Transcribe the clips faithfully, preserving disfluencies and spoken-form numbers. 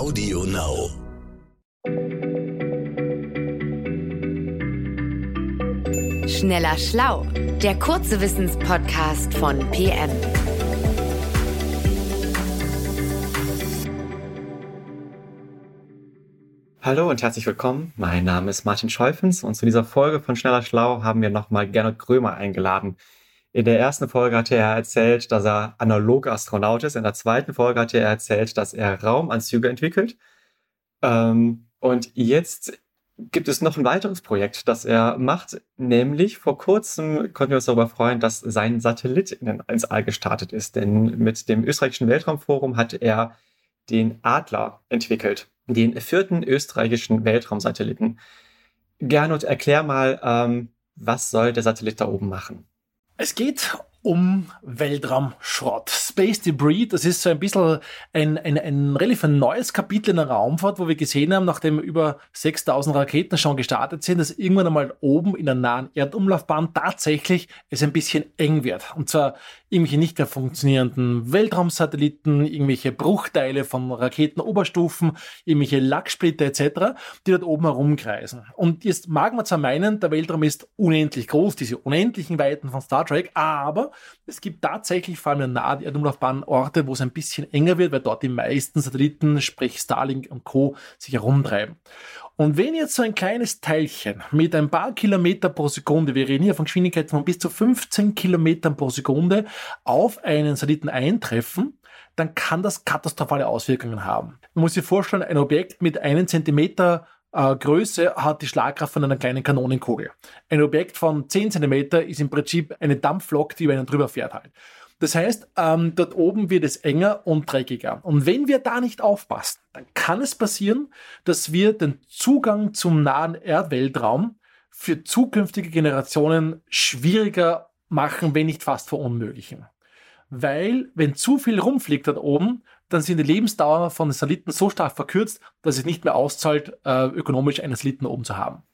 Audio Now. Schneller Schlau, der kurze Wissenspodcast von P M. Hallo und herzlich willkommen. Mein Name ist Martin Scheufens und zu dieser Folge von Schneller Schlau haben wir nochmal Gernot Grömer eingeladen. In der ersten Folge hatte er erzählt, dass er analoger Astronaut ist. In der zweiten Folge hatte er erzählt, dass er Raumanzüge entwickelt. Ähm, und jetzt gibt es noch ein weiteres Projekt, das er macht. Nämlich vor kurzem konnten wir uns darüber freuen, dass sein Satellit in den, ins All gestartet ist. Denn mit dem österreichischen Weltraumforum hat er den Adler entwickelt. Den vierten österreichischen Weltraumsatelliten. Gernot, erklär mal, ähm, was soll der Satellit da oben machen? Es geht um Weltraumschrott. Space Debris, das ist so ein bisschen ein, ein, ein relativ neues Kapitel in der Raumfahrt, wo wir gesehen haben, nachdem über sechstausend Raketen schon gestartet sind, dass irgendwann einmal oben in der nahen Erdumlaufbahn tatsächlich es ein bisschen eng wird. Und zwar irgendwelche nicht mehr funktionierenden Weltraumsatelliten, irgendwelche Bruchteile von Raketenoberstufen, irgendwelche Lacksplitter et cetera, die dort oben herumkreisen. Und jetzt mag man zwar meinen, der Weltraum ist unendlich groß, diese unendlichen Weiten von Star Trek, aber es gibt tatsächlich vor allem in der nahen Erdumlaufbahn Orte, wo es ein bisschen enger wird, weil dort die meisten Satelliten, sprich Starlink und Co., sich herumtreiben. Und wenn jetzt so ein kleines Teilchen mit ein paar Kilometer pro Sekunde, wir reden hier von Geschwindigkeiten von bis zu fünfzehn Kilometern pro Sekunde, auf einen Satelliten eintreffen, dann kann das katastrophale Auswirkungen haben. Man muss sich vorstellen, ein Objekt mit einem Zentimeter Äh, Größe hat die Schlagkraft von einer kleinen Kanonenkugel. Ein Objekt von zehn Zentimeter ist im Prinzip eine Dampflok, die über einen drüber fährt halt. Das heißt, ähm, dort oben wird es enger und dreckiger. Und wenn wir da nicht aufpassen, dann kann es passieren, dass wir den Zugang zum nahen Erdweltraum für zukünftige Generationen schwieriger machen, wenn nicht fast verunmöglichen. Weil, wenn zu viel rumfliegt dort oben, dann sind die Lebensdauer von den Satelliten so stark verkürzt, dass es nicht mehr auszahlt, äh, ökonomisch einen Satelliten oben zu haben.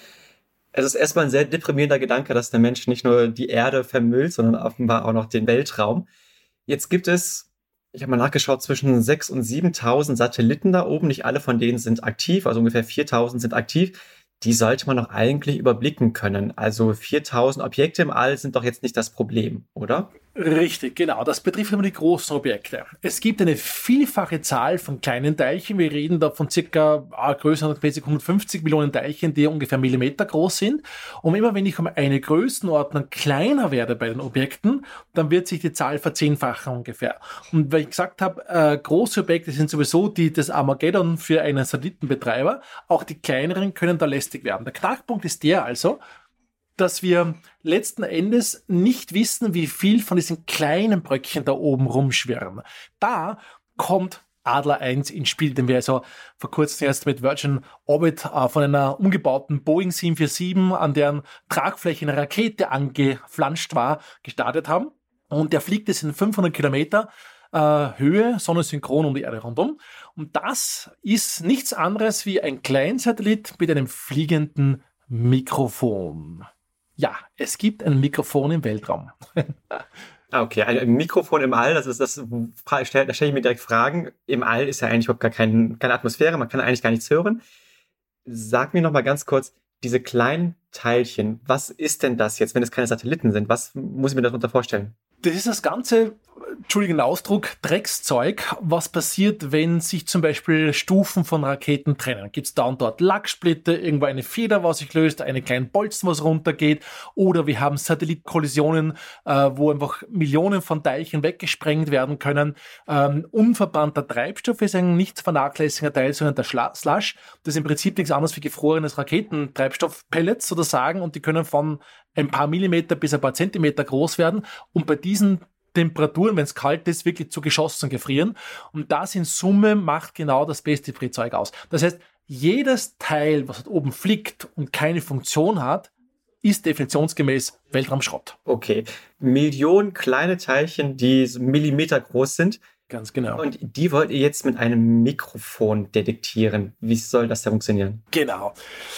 Es ist erstmal ein sehr deprimierender Gedanke, dass der Mensch nicht nur die Erde vermüllt, sondern offenbar auch noch den Weltraum. Jetzt gibt es, ich habe mal nachgeschaut, zwischen sechstausend und siebentausend Satelliten da oben. Nicht alle von denen sind aktiv, also ungefähr viertausend sind aktiv. Die sollte man doch eigentlich überblicken können. Also viertausend Objekte im All sind doch jetzt nicht das Problem, oder? Richtig, genau. Das betrifft immer die großen Objekte. Es gibt eine vielfache Zahl von kleinen Teilchen. Wir reden da von circa ah, größenordnungsmäßig hundertfünfzig Millionen Teilchen, die ungefähr Millimeter groß sind. Und immer wenn ich um eine Größenordnung kleiner werde bei den Objekten, dann wird sich die Zahl verzehnfachen ungefähr. Und weil ich gesagt habe, äh, große Objekte sind sowieso die, das Armageddon für einen Satellitenbetreiber. Auch die kleineren können da lästig werden. Der Knackpunkt ist der also, dass wir letzten Endes nicht wissen, wie viel von diesen kleinen Bröckchen da oben rumschwirren. Da kommt Adler eins ins Spiel, den wir also vor kurzem erst mit Virgin Orbit äh, von einer umgebauten Boeing sieben vier sieben, an deren Tragfläche eine Rakete angeflanscht war, gestartet haben. Und der fliegt jetzt in fünfhundert Kilometer äh, Höhe, sonnensynchron um die Erde rundum. Und das ist nichts anderes wie ein Kleinsatellit mit einem fliegenden Mikrofon. Ja, es gibt ein Mikrofon im Weltraum. Okay, ein Mikrofon im All, das ist das, da stelle ich mir direkt Fragen. Im All ist ja eigentlich überhaupt gar kein, keine Atmosphäre, man kann eigentlich gar nichts hören. Sag mir noch mal ganz kurz, diese kleinen Teilchen, was ist denn das jetzt, wenn es keine Satelliten sind? Was muss ich mir darunter vorstellen? Das ist das ganze, entschuldigen den Ausdruck, Dreckszeug, was passiert, wenn sich zum Beispiel Stufen von Raketen trennen. Gibt es da und dort Lacksplitter, irgendwo eine Feder, was sich löst, eine kleine Bolzen, was runtergeht, oder wir haben Satellitkollisionen, äh, wo einfach Millionen von Teilchen weggesprengt werden können. Ähm, unverbrannter Treibstoff ist ein nicht zu vernachlässigender Teil, sondern der Schla- Slush. Das ist im Prinzip nichts anderes wie gefrorenes Raketentreibstoffpellets sozusagen, und die können von ein paar Millimeter bis ein paar Zentimeter groß werden, und bei diesen Temperaturen, wenn es kalt ist, wirklich zu Geschossen gefrieren. Und das in Summe macht genau das Space Debris Zeug aus. Das heißt, jedes Teil, was dort oben fliegt und keine Funktion hat, ist definitionsgemäß Weltraumschrott. Okay, Millionen kleine Teilchen, die Millimeter groß sind. Ganz genau. Und die wollt ihr jetzt mit einem Mikrofon detektieren. Wie soll das da funktionieren? Genau.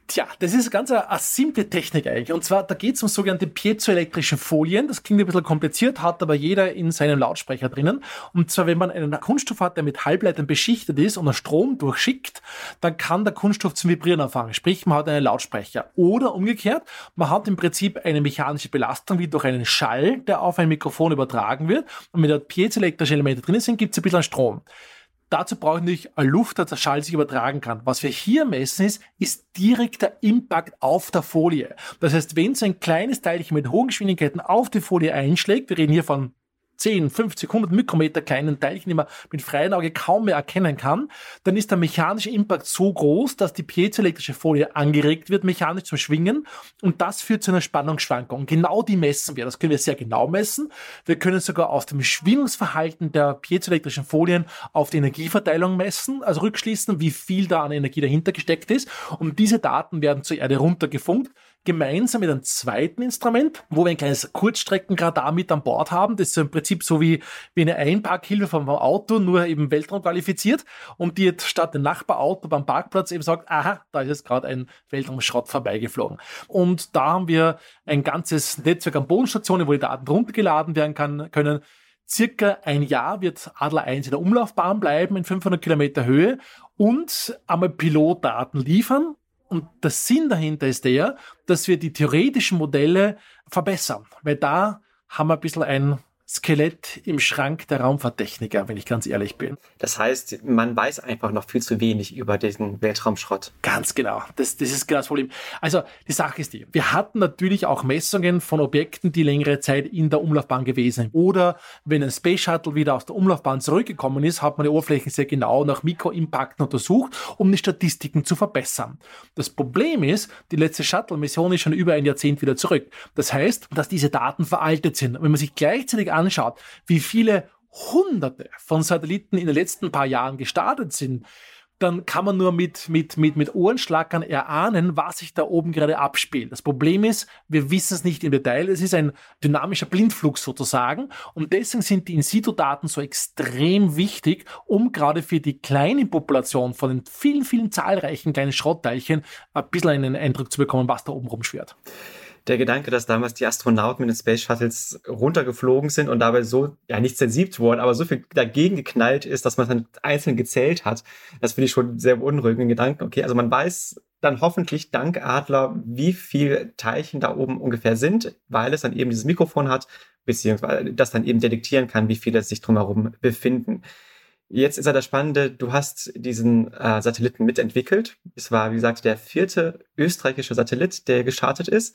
Tja, das ist ganz eine, eine simple Technik eigentlich. Und zwar, da geht es um sogenannte piezoelektrische Folien. Das klingt ein bisschen kompliziert, hat aber jeder in seinem Lautsprecher drinnen. Und zwar, wenn man einen Kunststoff hat, der mit Halbleitern beschichtet ist und einen Strom durchschickt, dann kann der Kunststoff zum Vibrieren anfangen. Sprich, man hat einen Lautsprecher. Oder umgekehrt, man hat im Prinzip eine mechanische Belastung, wie durch einen Schall, der auf ein Mikrofon übertragen wird. Und wenn da piezoelektrische Elemente drin sind, gibt es ein bisschen Strom. Dazu brauche ich natürlich eine Luft, dass der Schall sich übertragen kann. Was wir hier messen ist, ist direkter Impact auf der Folie. Das heißt, wenn so ein kleines Teilchen mit hohen Geschwindigkeiten auf die Folie einschlägt, wir reden hier von zehn, fünfzig, hundert Mikrometer kleinen Teilchen, die man mit freiem Auge kaum mehr erkennen kann, dann ist der mechanische Impact so groß, dass die piezoelektrische Folie angeregt wird, mechanisch zum Schwingen, und das führt zu einer Spannungsschwankung. Genau die messen wir. Das können wir sehr genau messen. Wir können sogar aus dem Schwingungsverhalten der piezoelektrischen Folien auf die Energieverteilung messen, also rückschließen, wie viel da an Energie dahinter gesteckt ist. Und diese Daten werden zur Erde runtergefunkt, gemeinsam mit einem zweiten Instrument, wo wir ein kleines Kurzstreckenradar mit an Bord haben. Das ist im Prinzip so wie, wie eine Einparkhilfe vom Auto, nur eben Weltraum qualifiziert, und die jetzt statt dem Nachbarauto beim Parkplatz eben sagt, aha, da ist jetzt gerade ein Weltraumschrott vorbeigeflogen. Und da haben wir ein ganzes Netzwerk an Bodenstationen, wo die Daten runtergeladen werden kann, können. Circa ein Jahr wird Adler eins in der Umlaufbahn bleiben, in fünfhundert Kilometer Höhe, und einmal Pilotdaten liefern. Und der Sinn dahinter ist der, dass wir die theoretischen Modelle verbessern, weil da haben wir ein bisschen ein Skelett im Schrank der Raumfahrttechniker, wenn ich ganz ehrlich bin. Das heißt, man weiß einfach noch viel zu wenig über diesen Weltraumschrott. Ganz genau. Das, das ist genau das Problem. Also die Sache ist die, wir hatten natürlich auch Messungen von Objekten, die längere Zeit in der Umlaufbahn gewesen sind. Oder wenn ein Space Shuttle wieder aus der Umlaufbahn zurückgekommen ist, hat man die Oberflächen sehr genau nach Mikroimpakten untersucht, um die Statistiken zu verbessern. Das Problem ist, die letzte Shuttle-Mission ist schon über ein Jahrzehnt wieder zurück. Das heißt, dass diese Daten veraltet sind. Und wenn man sich gleichzeitig anschaut, wie viele Hunderte von Satelliten in den letzten paar Jahren gestartet sind, dann kann man nur mit, mit, mit, mit Ohrenschlackern erahnen, was sich da oben gerade abspielt. Das Problem ist, wir wissen es nicht im Detail. Es ist ein dynamischer Blindflug sozusagen. Und deswegen sind die In-situ-Daten so extrem wichtig, um gerade für die kleine Population von den vielen, vielen zahlreichen kleinen Schrottteilchen ein bisschen einen Eindruck zu bekommen, was da oben rumschwirrt. Der Gedanke, dass damals die Astronauten mit den Space Shuttles runtergeflogen sind und dabei so, ja nicht zensiert wurden, aber so viel dagegen geknallt ist, dass man dann einzeln gezählt hat, das finde ich schon sehr beunruhigenden Gedanken. Okay, also man weiß dann hoffentlich dank Adler, wie viel Teilchen da oben ungefähr sind, weil es dann eben dieses Mikrofon hat, beziehungsweise das dann eben detektieren kann, wie viele sich drumherum befinden. Jetzt ist ja das Spannende, du hast diesen äh, Satelliten mitentwickelt. Es war, wie gesagt, der vierte österreichische Satellit, der gestartet ist.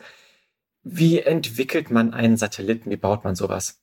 Wie entwickelt man einen Satelliten? Wie baut man sowas?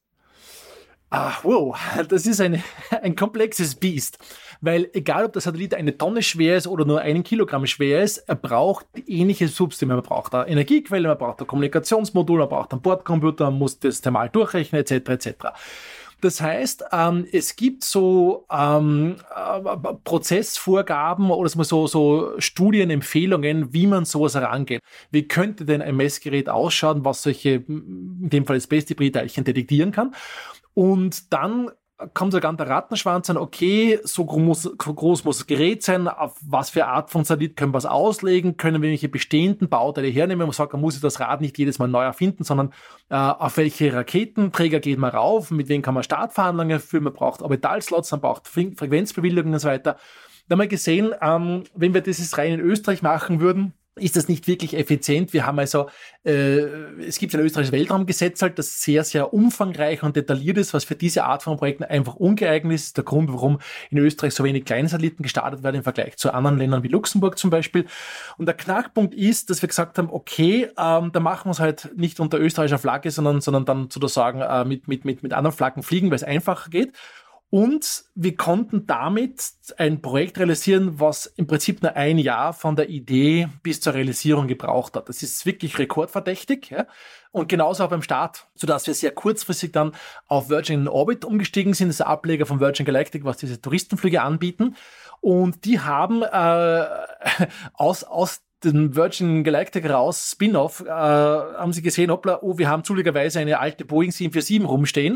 Ach, wow, das ist eine, ein komplexes Biest, weil egal, ob der Satellit eine Tonne schwer ist oder nur einen Kilogramm schwer ist, er braucht ähnliche Subsysteme. Man braucht eine Energiequelle, man braucht ein Kommunikationsmodul, man braucht einen Bordcomputer, man muss das Thermal durchrechnen, et cetera et cetera. Das heißt, ähm, es gibt so ähm, äh, Prozessvorgaben oder so, so Studienempfehlungen, wie man sowas herangeht. Wie könnte denn ein Messgerät ausschauen, was solche, in dem Fall Space Debris-Teilchen detektieren kann? Und dann kommt sogar der Rattenschwanz an, okay, so groß, so groß muss das Gerät sein, auf was für Art von Satellit können wir es auslegen, können wir welche bestehenden Bauteile hernehmen, man sagt, man muss das Rad nicht jedes Mal neu erfinden, sondern äh, auf welche Raketenträger geht man rauf, mit wem kann man Startverhandlungen führen, man braucht Orbitalslots, man braucht Frequenzbewilligungen und so weiter. Da haben wir gesehen, ähm, wenn wir das rein in Österreich machen würden, ist das nicht wirklich effizient. Wir haben also, äh, es gibt ein österreichisches Weltraumgesetz halt, das sehr, sehr umfangreich und detailliert ist, was für diese Art von Projekten einfach ungeeignet ist. Der Grund, warum in Österreich so wenig kleine Satelliten gestartet werden im Vergleich zu anderen Ländern wie Luxemburg zum Beispiel. Und der Knackpunkt ist, dass wir gesagt haben, okay, ähm, da machen wir es halt nicht unter österreichischer Flagge, sondern, sondern dann sozusagen äh, mit, mit, mit, mit anderen Flaggen fliegen, weil es einfacher geht. Und wir konnten damit ein Projekt realisieren, was im Prinzip nur ein Jahr von der Idee bis zur Realisierung gebraucht hat. Das ist wirklich rekordverdächtig. Ja? Und genauso auch beim Start, sodass wir sehr kurzfristig dann auf Virgin Orbit umgestiegen sind. Das ist der Ableger von Virgin Galactic, was diese Touristenflüge anbieten. Und die haben äh, aus, aus den Virgin Galactic raus, Spin-off, äh, haben sie gesehen, hoppla, oh, wir haben zufälligerweise eine alte Boeing sieben vier sieben rumstehen.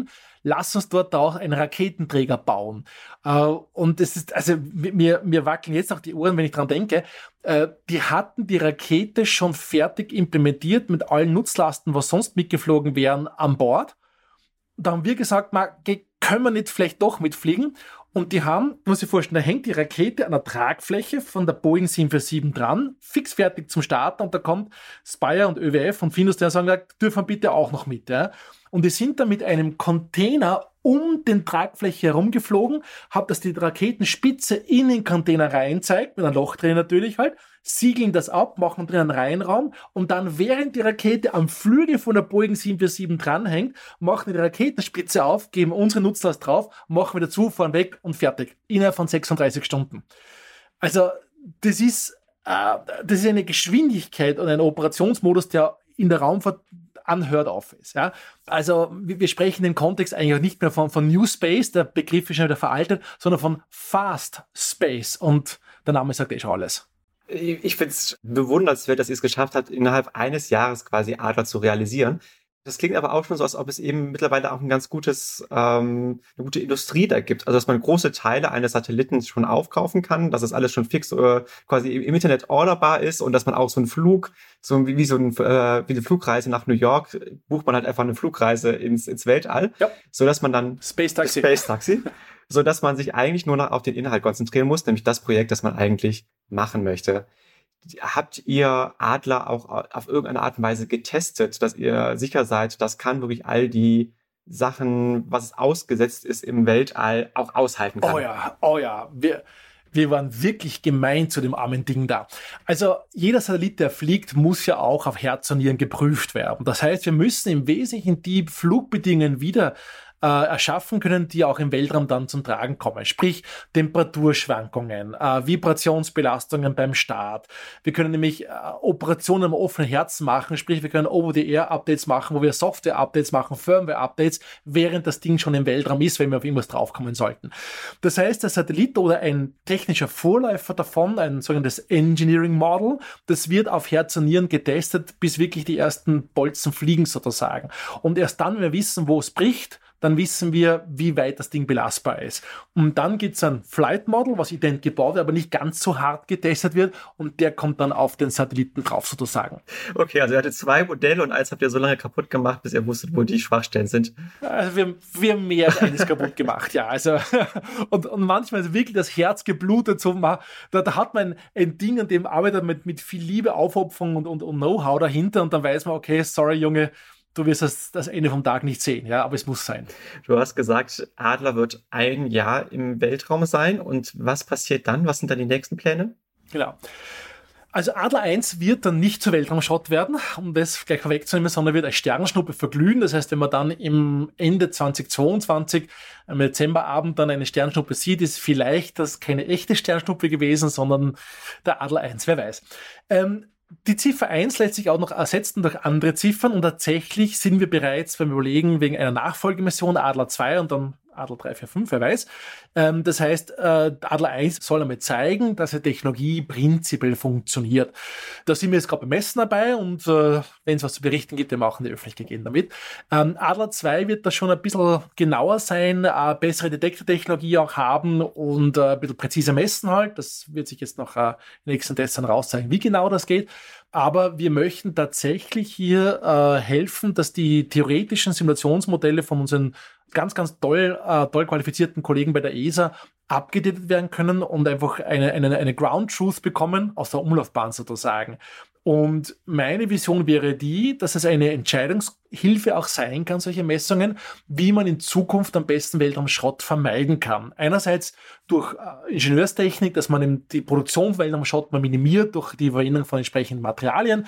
lass uns dort auch einen Raketenträger bauen. Äh, und das ist, also mir, mir wackeln jetzt auch die Ohren, wenn ich dran denke. Äh, die hatten die Rakete schon fertig implementiert mit allen Nutzlasten, was sonst mitgeflogen wären, an Bord. Da haben wir gesagt, ma, können wir nicht vielleicht doch mitfliegen? Und die haben, muss ich vorstellen, da hängt die Rakete an der Tragfläche von der Boeing sieben vier sieben dran, fix fertig zum Starten, und da kommt Spire und Ö W F und Findus, die sagen, dürfen wir bitte auch noch mit. Ja? Und die sind dann mit einem Container um den Tragfläche herumgeflogen, hat das die Raketenspitze in den Container rein zeigt, mit einem Loch drin natürlich halt, siegeln das ab, machen drin einen Reihenraum, und dann, während die Rakete am Flügel von der Boeing sieben vier sieben dranhängt, machen die Raketenspitze auf, geben unsere Nutzlast drauf, machen wieder zu, fahren weg und fertig. Innerhalb von sechsunddreißig Stunden. Also, das ist, äh, das ist eine Geschwindigkeit und ein Operationsmodus, der in der Raumfahrt unheard of ist. Ja? Also wir, wir sprechen im Kontext eigentlich auch nicht mehr von, von New Space, der Begriff ist schon wieder veraltet, sondern von Fast Space, und der Name sagt eh schon alles. Ich finde es bewundernswert, dass ihr es geschafft habt, innerhalb eines Jahres quasi Adler zu realisieren. Das klingt aber auch schon so, als ob es eben mittlerweile auch ein ganz gutes, ähm, eine gute Industrie da gibt. Also, dass man große Teile eines Satelliten schon aufkaufen kann, dass das alles schon fix äh, quasi im Internet orderbar ist, und dass man auch so einen Flug, so wie, wie so ein, äh, wie eine Flugreise nach New York, bucht man halt einfach eine Flugreise ins, ins Weltall, ja. So dass man dann Space Taxi, Space Taxi, so dass man sich eigentlich nur noch auf den Inhalt konzentrieren muss, nämlich das Projekt, das man eigentlich machen möchte. Habt ihr Adler auch auf irgendeine Art und Weise getestet, dass ihr sicher seid, das kann wirklich all die Sachen, was es ausgesetzt ist im Weltall, auch aushalten kann? Oh ja, oh ja. Wir, wir waren wirklich gemein zu dem armen Ding da. Also jeder Satellit, der fliegt, muss ja auch auf Herz und Nieren geprüft werden. Das heißt, wir müssen im Wesentlichen die Flugbedingungen wieder Äh, erschaffen können, die auch im Weltraum dann zum Tragen kommen. Sprich, Temperaturschwankungen, äh, Vibrationsbelastungen beim Start. Wir können nämlich äh, Operationen am offenen Herzen machen, sprich, wir können Over-the-Air-Updates machen, wo wir Software-Updates machen, Firmware-Updates, während das Ding schon im Weltraum ist, wenn wir auf irgendwas draufkommen sollten. Das heißt, der Satellit oder ein technischer Vorläufer davon, ein sogenanntes Engineering Model, das wird auf Herz und Nieren getestet, bis wirklich die ersten Bolzen fliegen sozusagen. Und erst dann, wenn wir wissen, wo es bricht, dann wissen wir, wie weit das Ding belastbar ist. Und dann gibt es ein Flight Model, was ident gebaut wird, aber nicht ganz so hart getestet wird, und der kommt dann auf den Satelliten drauf sozusagen. Okay, also ihr hattet zwei Modelle und eins habt ihr so lange kaputt gemacht, bis ihr wusstet, wo die Schwachstellen sind. Also wir, wir haben mehr als eines kaputt gemacht, ja. Also, und, und manchmal ist wirklich das Herz geblutet. So, da, da hat man ein Ding, an dem arbeitet mit, mit viel Liebe, Aufopferung und, und, und Know-how dahinter, und dann weiß man, okay, sorry Junge, du wirst das, das Ende vom Tag nicht sehen, ja, aber es muss sein. Du hast gesagt, Adler wird ein Jahr im Weltraum sein, und was passiert dann? Was sind dann die nächsten Pläne? Genau. Also Adler eins wird dann nicht zur Weltraumschrott werden, um das gleich vorwegzunehmen, sondern wird als Sternschnuppe verglühen. Das heißt, wenn man dann im Ende zweitausendzweiundzwanzig am Dezemberabend dann eine Sternschnuppe sieht, ist vielleicht das keine echte Sternschnuppe gewesen, sondern der Adler eins, wer weiß. Ähm, Die Ziffer eins lässt sich auch noch ersetzen durch andere Ziffern, und tatsächlich sind wir bereits beim Überlegen wegen einer Nachfolgemission Adler zwei und dann Adler drei, vier, fünf, wer weiß. Ähm, das heißt, äh, Adler eins soll einmal zeigen, dass die Technologie prinzipiell funktioniert. Da sind wir jetzt gerade beim Messen dabei, und äh, wenn es was zu berichten gibt, wir machen die Öffentlichkeit gehen damit. Ähm, Adler zwei wird da schon ein bisschen genauer sein, äh, bessere Detektortechnologie auch haben und äh, ein bisschen präziser messen halt. Das wird sich jetzt noch äh, in den nächsten Tests dann rauszeigen, wie genau das geht. Aber wir möchten tatsächlich hier äh, helfen, dass die theoretischen Simulationsmodelle von unseren ganz, ganz toll, äh, toll qualifizierten Kollegen bei der E S A abgedatet werden können und einfach eine, eine, eine Ground Truth bekommen, aus der Umlaufbahn sozusagen. Und meine Vision wäre die, dass es eine Entscheidungshilfe auch sein kann, solche Messungen, wie man in Zukunft am besten Weltraumschrott vermeiden kann. Einerseits durch Ingenieurstechnik, dass man eben die Produktion von Weltraumschrott mal minimiert durch die Verwendung von entsprechenden Materialien.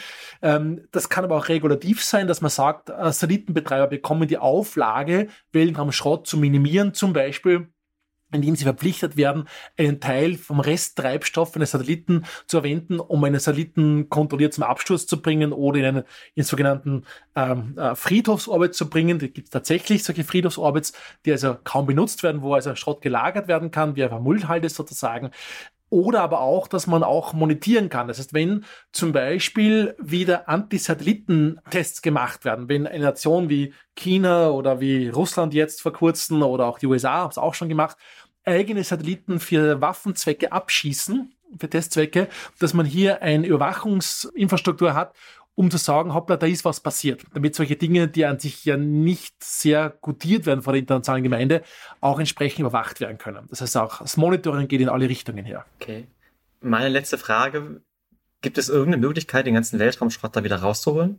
Das kann aber auch regulativ sein, dass man sagt, Satellitenbetreiber bekommen die Auflage, Weltraumschrott zu minimieren, zum Beispiel indem sie verpflichtet werden, einen Teil vom Resttreibstoff eines Satelliten zu verwenden, um einen Satelliten kontrolliert zum Absturz zu bringen oder in einen, in sogenannten ähm, Friedhofsorbit zu bringen. Da gibt es tatsächlich solche Friedhofsorbits, die also kaum benutzt werden, wo also Schrott gelagert werden kann, wie auf einer Müllhalde sozusagen. Oder aber auch, dass man auch monetieren kann. Das heißt, wenn zum Beispiel wieder Anti-Satelliten-Tests gemacht werden, wenn eine Nation wie China oder wie Russland jetzt vor kurzem oder auch die U S A haben es auch schon gemacht, eigene Satelliten für Waffenzwecke abschießen, für Testzwecke, dass man hier eine Überwachungsinfrastruktur hat, um zu sagen, hoppla, da ist was passiert. Damit solche Dinge, die an sich ja nicht sehr gutiert werden von der internationalen Gemeinde, auch entsprechend überwacht werden können. Das heißt auch, das Monitoring geht in alle Richtungen her. Okay. Meine letzte Frage, gibt es irgendeine Möglichkeit, den ganzen Weltraumschrott da wieder rauszuholen?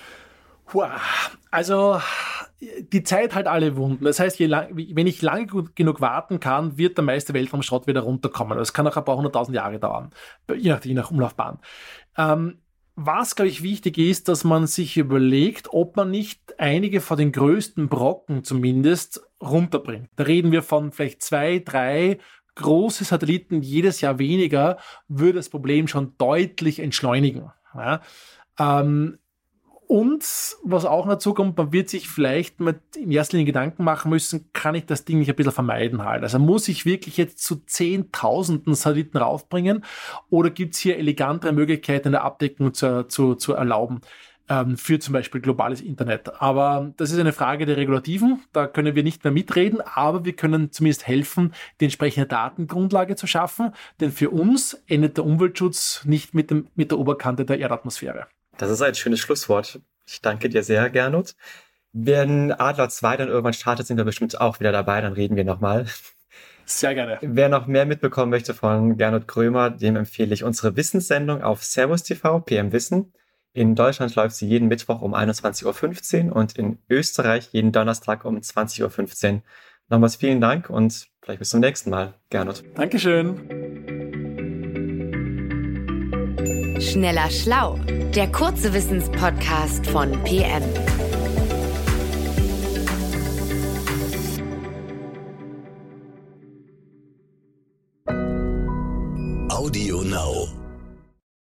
Also die Zeit halt alle Wunden. Das heißt, je lang, wenn ich lange genug warten kann, wird der meiste Weltraumschrott wieder runterkommen. Das kann auch ein paar hunderttausend Jahre dauern, je nach, je nach Umlaufbahn. Ähm, Was, glaube ich, wichtig ist, dass man sich überlegt, ob man nicht einige von den größten Brocken zumindest runterbringt. Da reden wir von vielleicht zwei, drei große Satelliten jedes Jahr weniger, würde das Problem schon deutlich entschleunigen. Ja? Ähm, Und was auch dazu kommt, man wird sich vielleicht mit in erster Linie Gedanken machen müssen, kann ich das Ding nicht ein bisschen vermeiden halt? Also muss ich wirklich jetzt zu Zehntausenden Satelliten raufbringen oder gibt es hier elegantere Möglichkeiten, eine Abdeckung zu, zu, zu erlauben ähm, für zum Beispiel globales Internet? Aber das ist eine Frage der Regulativen, da können wir nicht mehr mitreden, aber wir können zumindest helfen, die entsprechende Datengrundlage zu schaffen, denn für uns endet der Umweltschutz nicht mit, dem, mit der Oberkante der Erdatmosphäre. Das ist ein schönes Schlusswort. Ich danke dir sehr, Gernot. Wenn Adler zwei dann irgendwann startet, sind wir bestimmt auch wieder dabei, dann reden wir nochmal. Sehr gerne. Wer noch mehr mitbekommen möchte von Gernot Grömer, dem empfehle ich unsere Wissenssendung auf Servus T V, P M Wissen. In Deutschland läuft sie jeden Mittwoch um einundzwanzig Uhr fünfzehn und in Österreich jeden Donnerstag um zwanzig Uhr fünfzehn. Nochmals vielen Dank und vielleicht bis zum nächsten Mal, Gernot. Dankeschön. Schneller Schlau, der kurze Wissenspodcast von P M.